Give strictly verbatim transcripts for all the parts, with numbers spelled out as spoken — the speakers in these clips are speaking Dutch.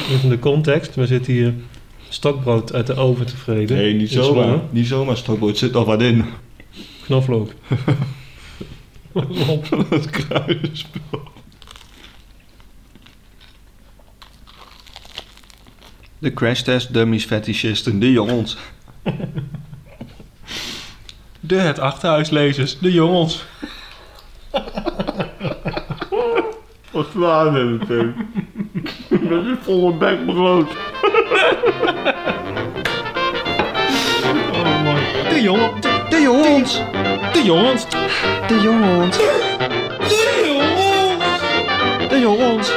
Even de context. We zitten hier stokbrood uit de oven te vreten. Nee, niet zomaar. Niet zomaar stokbrood. Er zit nog wat in. Knoflook. Het kruidenspul. De crash test dummies fetischisten, de jongens. De het achterhuislezers, de jongens. Wat zwaar hebben we dat is volle bek brood. Oh mooi. De jongen. De, De jongens. de jongens. De jongens. De jongens. De jongens.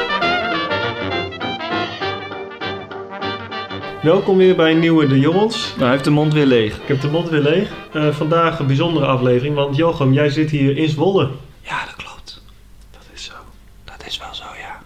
Welkom weer bij een nieuwe De Jongens. Nou, hij heeft de mond weer leeg. Ik heb de mond weer leeg. Uh, vandaag een bijzondere aflevering, want Jochem, jij zit hier in Zwolle. Ja, dat klopt. Dat is zo. Dat is wel zo, ja.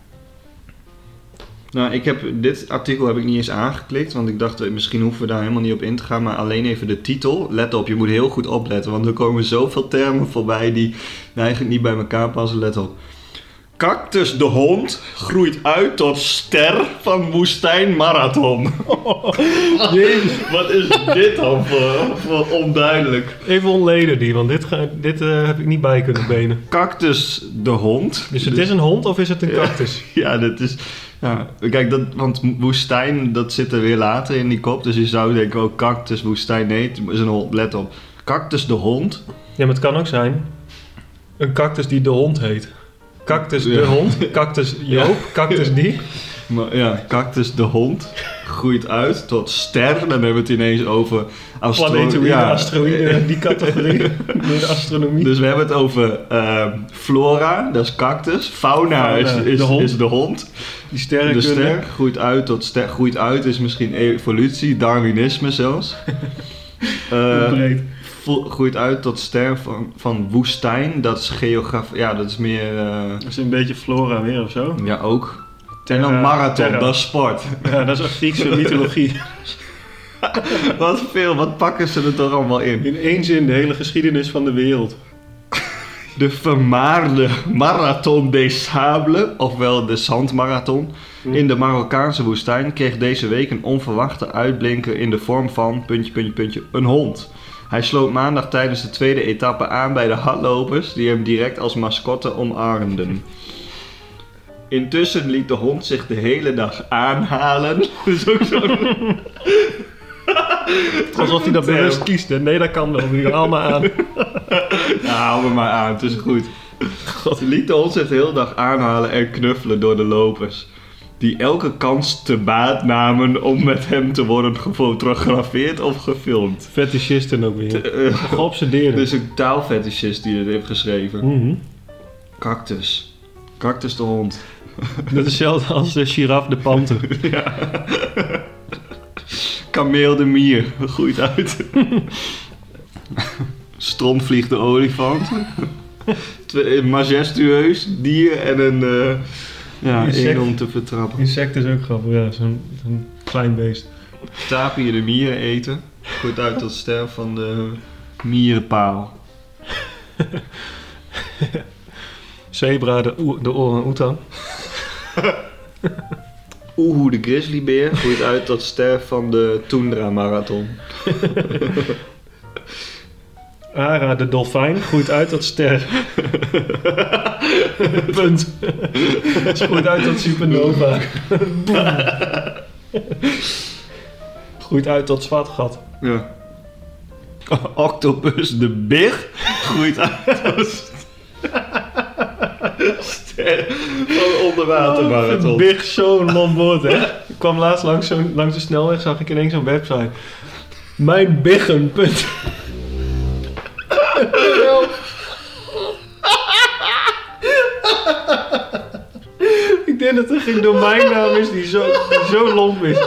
Nou, ik heb, dit artikel heb ik niet eens aangeklikt, want ik dacht, misschien hoeven we daar helemaal niet op in te gaan, maar alleen even de titel. Let op, je moet heel goed opletten, want er komen zoveel termen voorbij die eigenlijk niet bij elkaar passen. Let op. Cactus de hond groeit uit tot ster van woestijnmarathon. Oh, Jezus. wat is dit dan voor, voor onduidelijk? Even ontleden die, want dit, ga, dit uh, heb ik niet bij kunnen benen. Cactus de hond. Dus het is een hond of is het een cactus? Ja, dat is... Ja, kijk, dat, want woestijn, dat zit er weer later in die kop. Dus je zou denken, oh, cactus, woestijn. Nee, het is een hond. Let op. Cactus de hond. Ja, maar het kan ook zijn een cactus die de hond heet. Cactus de Ja. hond, cactus Joop, Ja. cactus die. Maar ja, cactus de hond groeit uit tot ster. Dan hebben we het ineens over... astro- Planetoïde, ja. asteroïden, die categorie. Door de astronomie. Dus we hebben het over uh, flora, dat is cactus. Fauna, Fauna, is, is, de hond. is de hond. Die sterren De kunnen. ster groeit uit tot ster. Groeit uit is misschien evolutie, Darwinisme zelfs. Uh, breed. vo- groeit uit tot ster van, van woestijn. Dat is geografie. Ja, dat is meer. Uh, Dat is een beetje flora weer of zo. ja, ook. Terra- en dan marathon, terra. dat is sport. Ja, dat is ook Griekse mythologie. Wat veel, wat pakken ze er toch allemaal in? In één zin de hele geschiedenis van de wereld. De vermaarde Marathon des Sables, ofwel de zandmarathon, Hm. in de Marokkaanse woestijn kreeg deze week een onverwachte uitblinker in de vorm van, puntje, puntje, puntje, een hond. Hij sloot maandag tijdens de tweede etappe aan bij de hardlopers, die hem direct als mascotte omarmden. Intussen liet de hond zich de hele dag aanhalen. Dat is ook zo'n... Alsof hij dat bewust kiest. Hè? Nee, dat kan wel. Die haal maar aan. Ja, hou me maar aan, het is goed. God, liet de hond zich de hele dag aanhalen en knuffelen door de lopers. Die elke kans te baat namen om met hem te worden gefotografeerd of gefilmd. Fetischisten ook weer. Uh, Geobsedeerd. dus een taalfetischist die dit heeft geschreven. Mhm. Cactus. Cactus de hond. Dat is hetzelfde als de giraf de panter. Ja. Kameel de mier. Groeit uit. Stromvlieg de olifant. Twee, een majestueus dier en een... Uh, ja, Insect. één om te vertrappen. Insect is ook grappig. Ja, zo'n, zo'n klein beest. Tapir de mieren eten. Groeit uit tot ster van de mierenpaal. Zebra de, oe- de orang-oetan. Oehoe de grizzlybeer groeit uit tot ster van de Tundra Marathon. Ara de dolfijn groeit uit tot ster. Punt. Ze groeit uit tot supernova. Groeit uit tot zwartgat. Ja. Octopus de big groeit uit tot ster van onderwatermarathon. Oh, big zo'n lomp woord, hè? Ik kwam laatst langs, zo'n, langs de snelweg, zag ik ineens zo'n website. Mijn biggen, punt. Ik denk dat er geen domeinnaam is die zo, die zo lomp is.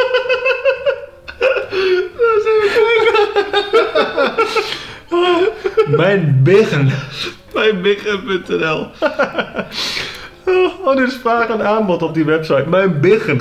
Mijn biggen. Bij biggen punt n l. Oh, er is vraag en aanbod op die website. Mijn biggen.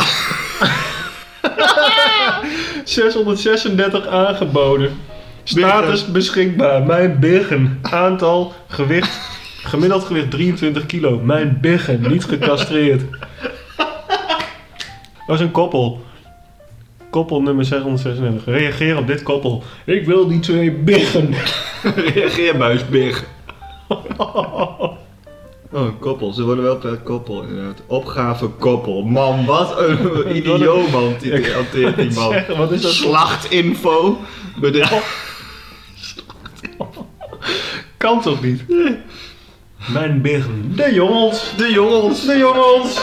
zeshonderdzesendertig aangeboden. Status beschikbaar. Mijn biggen. Aantal, gewicht, gemiddeld gewicht drieëntwintig kilo. Mijn biggen. Niet gecastreerd. Dat is een koppel. Koppel nummer zeshonderdzesendertig. Reageer op dit koppel. Ik wil die twee biggen. Reageer buisbig. Oh, koppel. Ze worden wel per koppel inderdaad. Opgave koppel. Man, wat een idioot man. Die hanteert die man. Zeggen, wat is dat? Slachtinfo. Bedrijf. Kan toch niet? Mijn biggen. De jongens. De jongens. De jongens.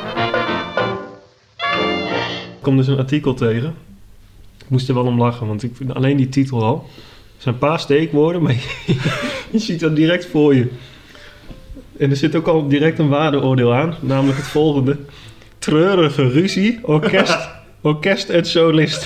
Ik kom dus een artikel tegen. Ik moest er wel om lachen, want ik vind alleen die titel al. Er zijn een paar steekwoorden, maar je, je ziet dat direct voor je. En er zit ook al direct een waardeoordeel aan, namelijk het volgende. Treurige ruzie, orkest, orkest en solist.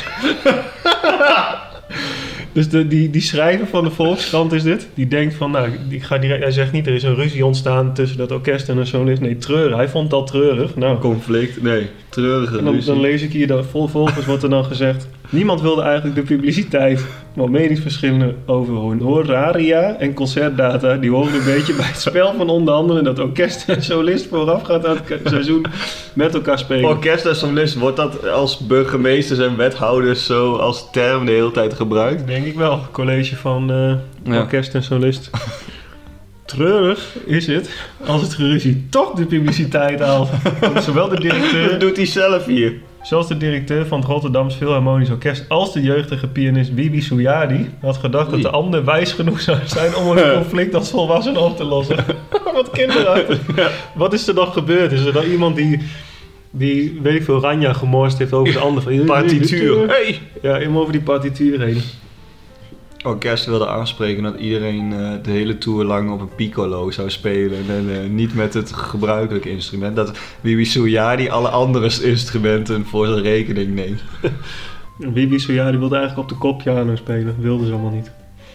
Dus de, die, die schrijver van de Volkskrant is dit. Die denkt van, nou, ik ga direct, hij zegt niet, er is een ruzie ontstaan tussen dat orkest en een solist. Nee, treurig. Hij vond het al treurig. Nou, conflict, nee, treurige en dan, ruzie. dan lees ik hier, dat vervolgens wordt er dan gezegd... Niemand wilde eigenlijk de publiciteit, maar meningsverschillen over honoraria en concertdata... die horen een beetje bij het spel van onder andere dat orkest en solist voorafgaand aan het seizoen met elkaar spelen. Orkest en solist, wordt dat als burgemeesters en wethouders zo als term de hele tijd gebruikt? Denk ik wel. College van uh, Ja. orkest en solist. Treurig is het als het geruzie toch de publiciteit haalt. Want zowel de Dat directeur, doet hij zelf hier. zoals de directeur van het Rotterdams Philharmonisch Orkest als de jeugdige pianist Bibi Souyadi had gedacht dat de ander wijs genoeg zou zijn om een conflict als volwassene op te lossen. Wat kinderachtig. Ja. Wat is er dan gebeurd? Is er dan iemand die, die weet ik veel, Ranja gemorst heeft over de ander? Van, Partituur. Hey. Ja, helemaal over die partituur heen. Orkest wilde aanspreken dat iedereen uh, de hele tour lang op een piccolo zou spelen en uh, niet met het gebruikelijke instrument. Dat Bibi Souyadi alle andere instrumenten voor zijn rekening neemt. Bibi Souyadi wilde eigenlijk op de koppiano spelen. Wilde ze allemaal niet.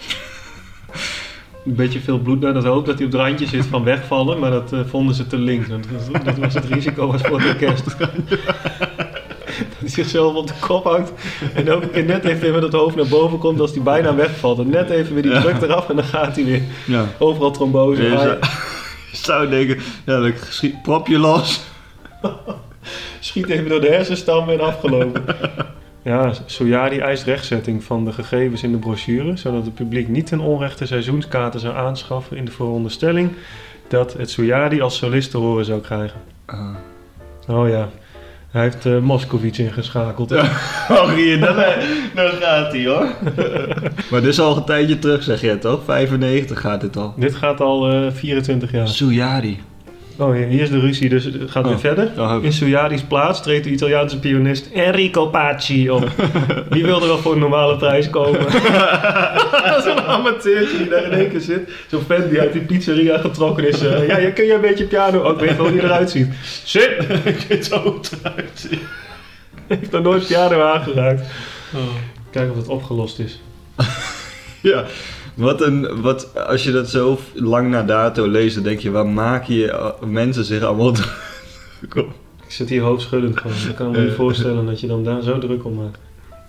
Een beetje veel bloed naar dat hoofd dat hij op het randje zit van wegvallen, maar dat uh, vonden ze te links. Dat, dat was het risico was voor het orkest. Dat hij zichzelf op de kop hangt en elke keer net even weer met het hoofd naar boven komt als hij bijna wegvalt. En net even weer die Ja. druk eraf en dan gaat hij weer. Ja. Overal trombose. Je Hij zou, je zou denken, ja, dan schiet, prop je los. schiet even door de hersenstam en afgelopen. Ja, Souyadi eist rechtzetting van de gegevens in de brochure, zodat het publiek niet ten onrechte seizoenskaarten zou aanschaffen in de veronderstelling dat het Souyadi als solist te horen zou krijgen. Uh. Oh ja, hij heeft uh, Moskovits ingeschakeld. Ja. Oh, hier, dan, dan gaat hij hoor. Maar dit is al een tijdje terug, zeg je toch? vijfennegentig gaat dit al. Dit gaat al uh, vierentwintig jaar. Souyadi. Oh ja, hier is de ruzie, dus het gaat Oh. weer verder. Oh. In Souyadi's plaats treedt de Italiaanse pianist Enrico Pacci op. Die wilde wel voor een normale prijs komen. Zo'n amateurtje die daar in één keer zit. Zo'n fan die uit die pizzeria getrokken is. Uh, ja, je kun je een beetje piano. Oh, ik weet wel hoe die eruit ziet. Zit! Ik weet zo hoe het eruit ziet. Heeft nog nooit piano aangeraakt. Oh. Kijken of het opgelost is. Ja, wat een, wat, als je dat zo lang na dato leest, dan denk je, waar maken je uh, mensen zich allemaal druk op? Ik zit hier hoofdschuddend gewoon. Ik kan me niet voorstellen dat je dan daar zo druk om maakt.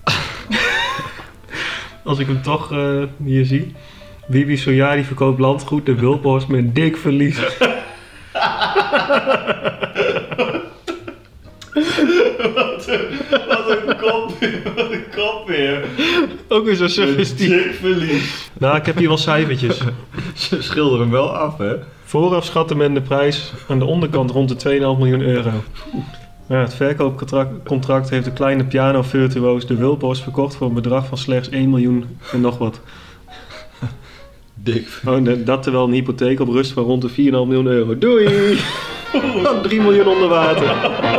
Als ik hem toch uh, hier zie. Bibi Souyadi verkoopt landgoed, de Wulphorst met dik verlies. Wat een, wat een kop, wat een kop weer. Ook weer zo suggestief. Dik verlies. Nou, ik heb hier wel cijfertjes. Ze schilderen hem wel af, hè? Vooraf schatte men de prijs aan de onderkant rond de twee komma vijf miljoen euro. Ja, het verkoopcontract heeft de kleine piano-virtuoos de Wulphorst verkocht voor een bedrag van slechts één miljoen en nog wat. Dik. Oh, dat terwijl een hypotheek op rust van rond de vier komma vijf miljoen euro. Doei! drie miljoen onder water.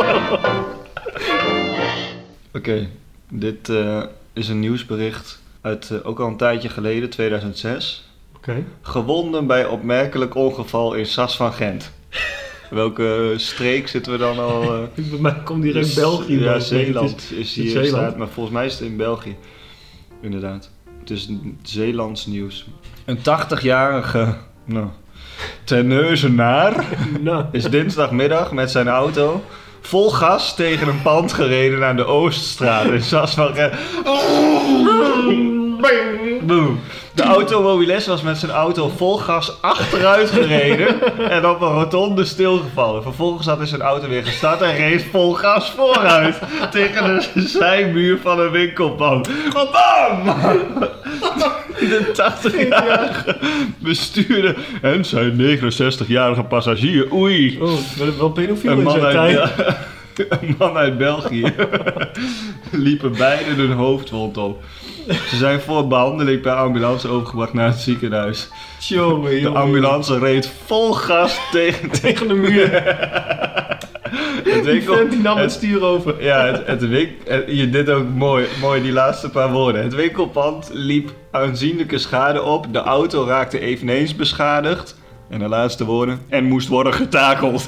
Oké, okay, dit uh, is een nieuwsbericht uit uh, ook al een tijdje geleden, tweeduizend zes. Oké. Okay. Gewonden bij opmerkelijk ongeval in Sas van Gent. Welke streek zitten we dan al? Uh, Bij mij komt direct is, België. Ja, Zeeland is, is hier Zeeland? staat, maar volgens mij is het in België. Inderdaad. Het is Zeelands nieuws. Een tachtigjarige nou, Terneuzenaar nou. is dinsdagmiddag met zijn auto vol gas tegen een pand gereden aan de Ooststraat in Sas van Gent. De automobilist was met zijn auto vol gas achteruit gereden en op een rotonde stilgevallen. Vervolgens had hij zijn auto weer gestart en reed vol gas vooruit tegen de zijmuur van een winkelpand. Bam! De tachtigjarige bestuurder en zijn negenenzestigjarige passagier. Oei. Oh, wel pedofiel in man zijn uit, tijd. Een man uit België liepen beide hun hoofdwond op. Ze zijn voor behandeling per ambulance overgebracht naar het ziekenhuis. Tjonge, De jonge. ambulance reed vol gas tegen, Tegen de muur. het Die winkel. vent die nam het het, stuur over. ja, het, het wink, het- je dit ook mooi, mooi, die laatste paar woorden. Het winkelpand liep aanzienlijke schade op. De auto raakte eveneens beschadigd. En de laatste woorden. En moest worden getakeld.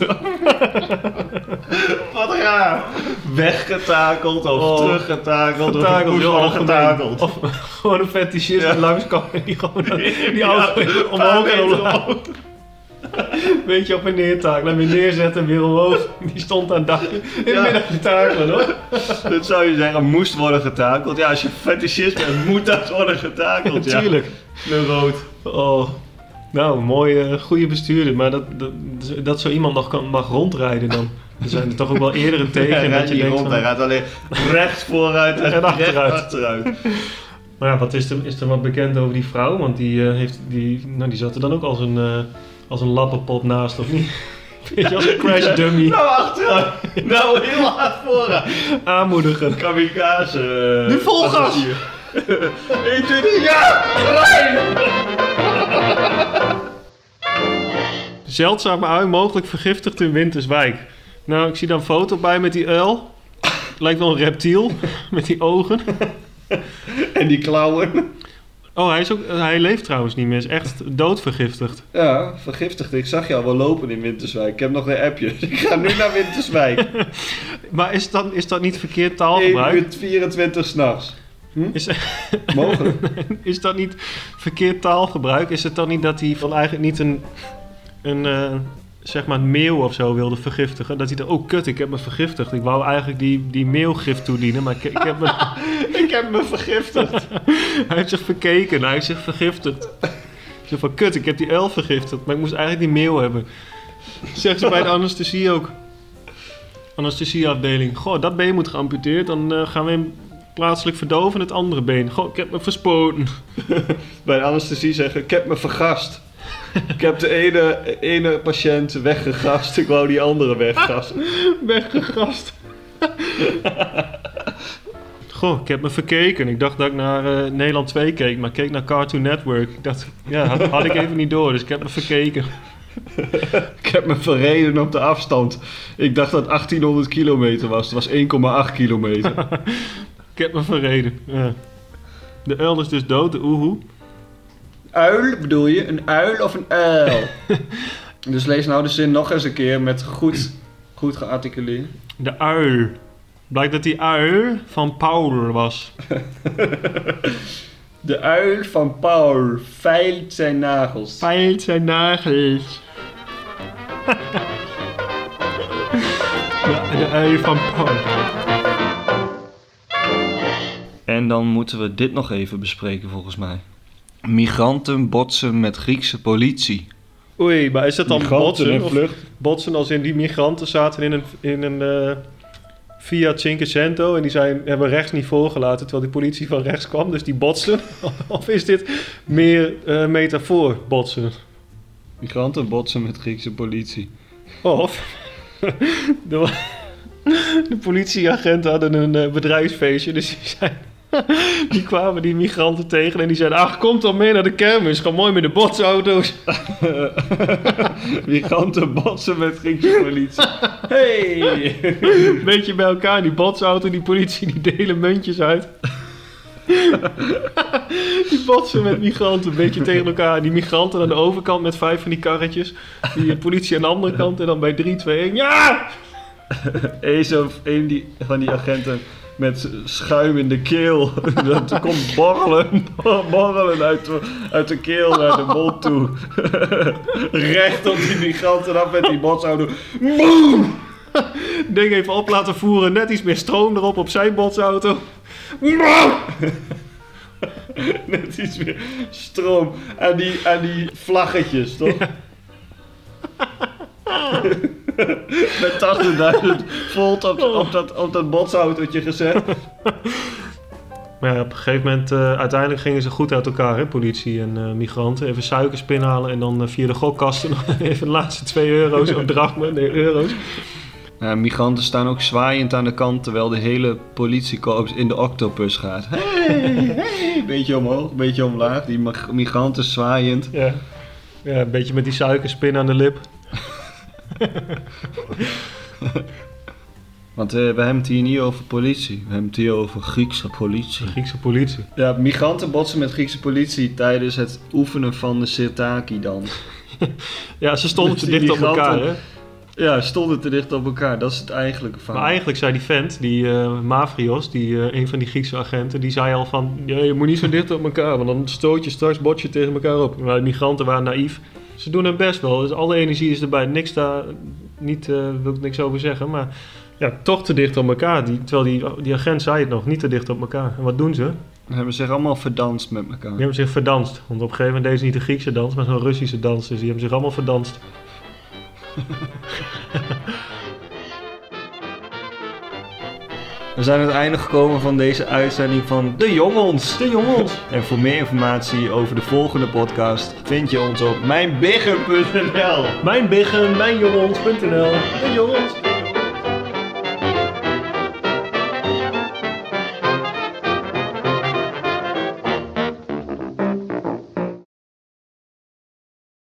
Wat raar. Weggetakeld of Oh, teruggetakeld. Getakeld, of moest heel worden algemeen. getakeld. Of gewoon een fetischist Ja. die langskomt en die gewoon die Ja, auto een omhoog paar en meter omlaag. Beetje op en neer takelen. En weer neerzetten en weer omhoog. Die stond aan het dakje. In de Ja. middag te takelen hoor. Dat zou je zeggen, moest worden getakeld. Ja, als je fetischist bent, moet dat worden getakeld. Ja. Natuurlijk. De rood. Oh. Nou, een mooie, goede bestuurder. Maar dat, dat, dat zo iemand nog kan, mag rondrijden dan. Er zijn er toch ook wel eerdere tegen. Hij dat rijdt je niet denkt rond, van, hij gaat alleen recht vooruit en, En achteruit. recht achteruit. Maar ja, wat is er, is er wat bekend over die vrouw? Want die, eh, heeft, die, nou, die zat er dan ook als een, eh, als een lappenpot naast, of niet? Weet je, als een crash dummy. Nou, achteruit. Nou, heel hard vooruit. Aanmoedigen. Kamikaze. eh, Nu vol gas. passagier. één, twee, drie, ja! Rijden! Zeldzame ui mogelijk vergiftigd in Winterswijk. Nou, ik zie daar een foto bij met die uil. Lijkt wel een reptiel. Met die ogen. En die klauwen. Oh, hij, is ook, hij leeft trouwens niet meer. Is echt doodvergiftigd. Ja, vergiftigd. Ik zag je al wel lopen in Winterswijk. Ik heb nog een appje. Ik ga nu naar Winterswijk. Maar is dat, is dat niet verkeerd één taalgebruik? uur vierentwintig s'nachts. Is, Mogelijk. is dat niet verkeerd taalgebruik? Is het dan niet dat hij van eigenlijk niet een, een eh, zeg maar een meeuw of zo wilde vergiftigen? Dat hij dacht, oh kut, ik heb me vergiftigd. Ik wou eigenlijk die, die meeuwgif toedienen, maar ik, ik heb me... Ik heb me vergiftigd. Hij heeft zich verkeken, hij heeft zich vergiftigd. Zo van, kut, ik heb die uil vergiftigd, maar ik moest eigenlijk die meeuw hebben. Zeggen ze bij de anesthesie ook. Anesthesieafdeling. Goh, dat been moet geamputeerd, dan uh, gaan we hem plaatselijk verdoven het andere been. Goh, ik heb me verspoten. Bij de anesthesie zeggen, ik heb me vergast. Ik heb de ene, ene patiënt weggegast, ik wou die andere weggasten. Weggegast. Goh, ik heb me verkeken. Ik dacht dat ik naar uh, Nederland twee keek, maar ik keek naar Cartoon Network. Ik dacht, ja, had, had ik even niet door, dus ik heb me verkeken. Ik heb me verreden op de afstand. Ik dacht dat het achttienhonderd kilometer was. Het was één komma acht kilometer. Ik heb me verreden. Ja. De uil is dus dood, de oehoe. Uil bedoel je? Een uil of een uil? Dus lees nou de zin nog eens een keer met goed, goed gearticuleerd. De uil. Blijkt dat die uil van Paul was. De uil van Paul veilt zijn nagels. Veilt zijn nagels. de, de uil van Paul. En dan moeten we dit nog even bespreken volgens mij. Migranten botsen met Griekse politie. Oei, maar is dat dan Migranten botsen? en Of vlucht. botsen als in die migranten zaten in een, in een uh, Fiat Cinquecento en die zijn, hebben rechts niet voorgelaten terwijl die politie van rechts kwam, dus die botsen? Of is dit meer uh, metafoor botsen? Migranten botsen met Griekse politie. Of de, de politieagenten hadden een uh, bedrijfsfeestje, dus die, zijn, die kwamen die migranten tegen en die zeiden, ach, kom dan mee naar de kermis, ga mooi met de botsauto's. Migranten botsen met Griekse politie. Hey! Beetje bij elkaar, die botsauto, die politie, die delen muntjes uit. Die botsen met migranten een beetje tegen elkaar. Die migranten aan de overkant met vijf van die karretjes. Die politie aan de andere kant en dan bij drie, twee, één. Ja! Eén zo, een die, van die agenten met schuim in de keel. Dat komt borrelen, borrelen uit de, uit de keel naar de mond toe. Recht op die migranten af met die botsauto. Boom! Ding even op laten voeren, net iets meer stroom erop op zijn botsauto. Net iets meer stroom. En die, en die vlaggetjes, toch? Ja. Met tachtigduizend volt op, op, dat, op dat botsautootje gezet. Maar ja, op een gegeven moment, uh, uiteindelijk gingen ze goed uit elkaar, hè, politie en uh, migranten. Even suikerspin halen en dan uh, via de gokkasten nog even de laatste twee euro's of drachmen, nee, euro's. Ja, migranten staan ook zwaaiend aan de kant terwijl de hele politiekorps in de octopus gaat. Hey, hey, beetje omhoog, beetje omlaag, die migranten zwaaiend. Ja, ja, een beetje met die suikerspin aan de lip. Want uh, we hebben het hier niet over politie, we hebben het hier over Griekse politie. De Griekse politie. Ja, migranten botsen met Griekse politie tijdens het oefenen van de Sirtaki-dans. Ja, ze stonden te dicht op elkaar, hè? Ja, stonden te dicht op elkaar, dat is het eigenlijke verhaal. Maar eigenlijk zei die vent, die uh, Mavrios, die, uh, een van die Griekse agenten, die zei al van, ja, je moet niet zo dicht op elkaar, want dan stoot je straks, bot je tegen elkaar op. Maar de migranten waren naïef. Ze doen hun best wel, dus alle energie is erbij. Niks daar, niet, uh, wil ik niks over zeggen, maar ja, toch te dicht op elkaar. Die, terwijl die, die agent zei het nog, niet te dicht op elkaar. En wat doen ze? Ze hebben zich allemaal verdanst met elkaar. Die hebben zich verdanst, want op een gegeven moment deze niet de Griekse dans, maar zo'n Russische dans, dus die hebben zich allemaal verdanst. We zijn aan het einde gekomen van deze uitzending van De Jongens. De Jongens. En voor meer informatie over de volgende podcast vind je ons op mijnbiggen punt n l. Mijnbiggen, mijnjongens punt n l. De Jongens.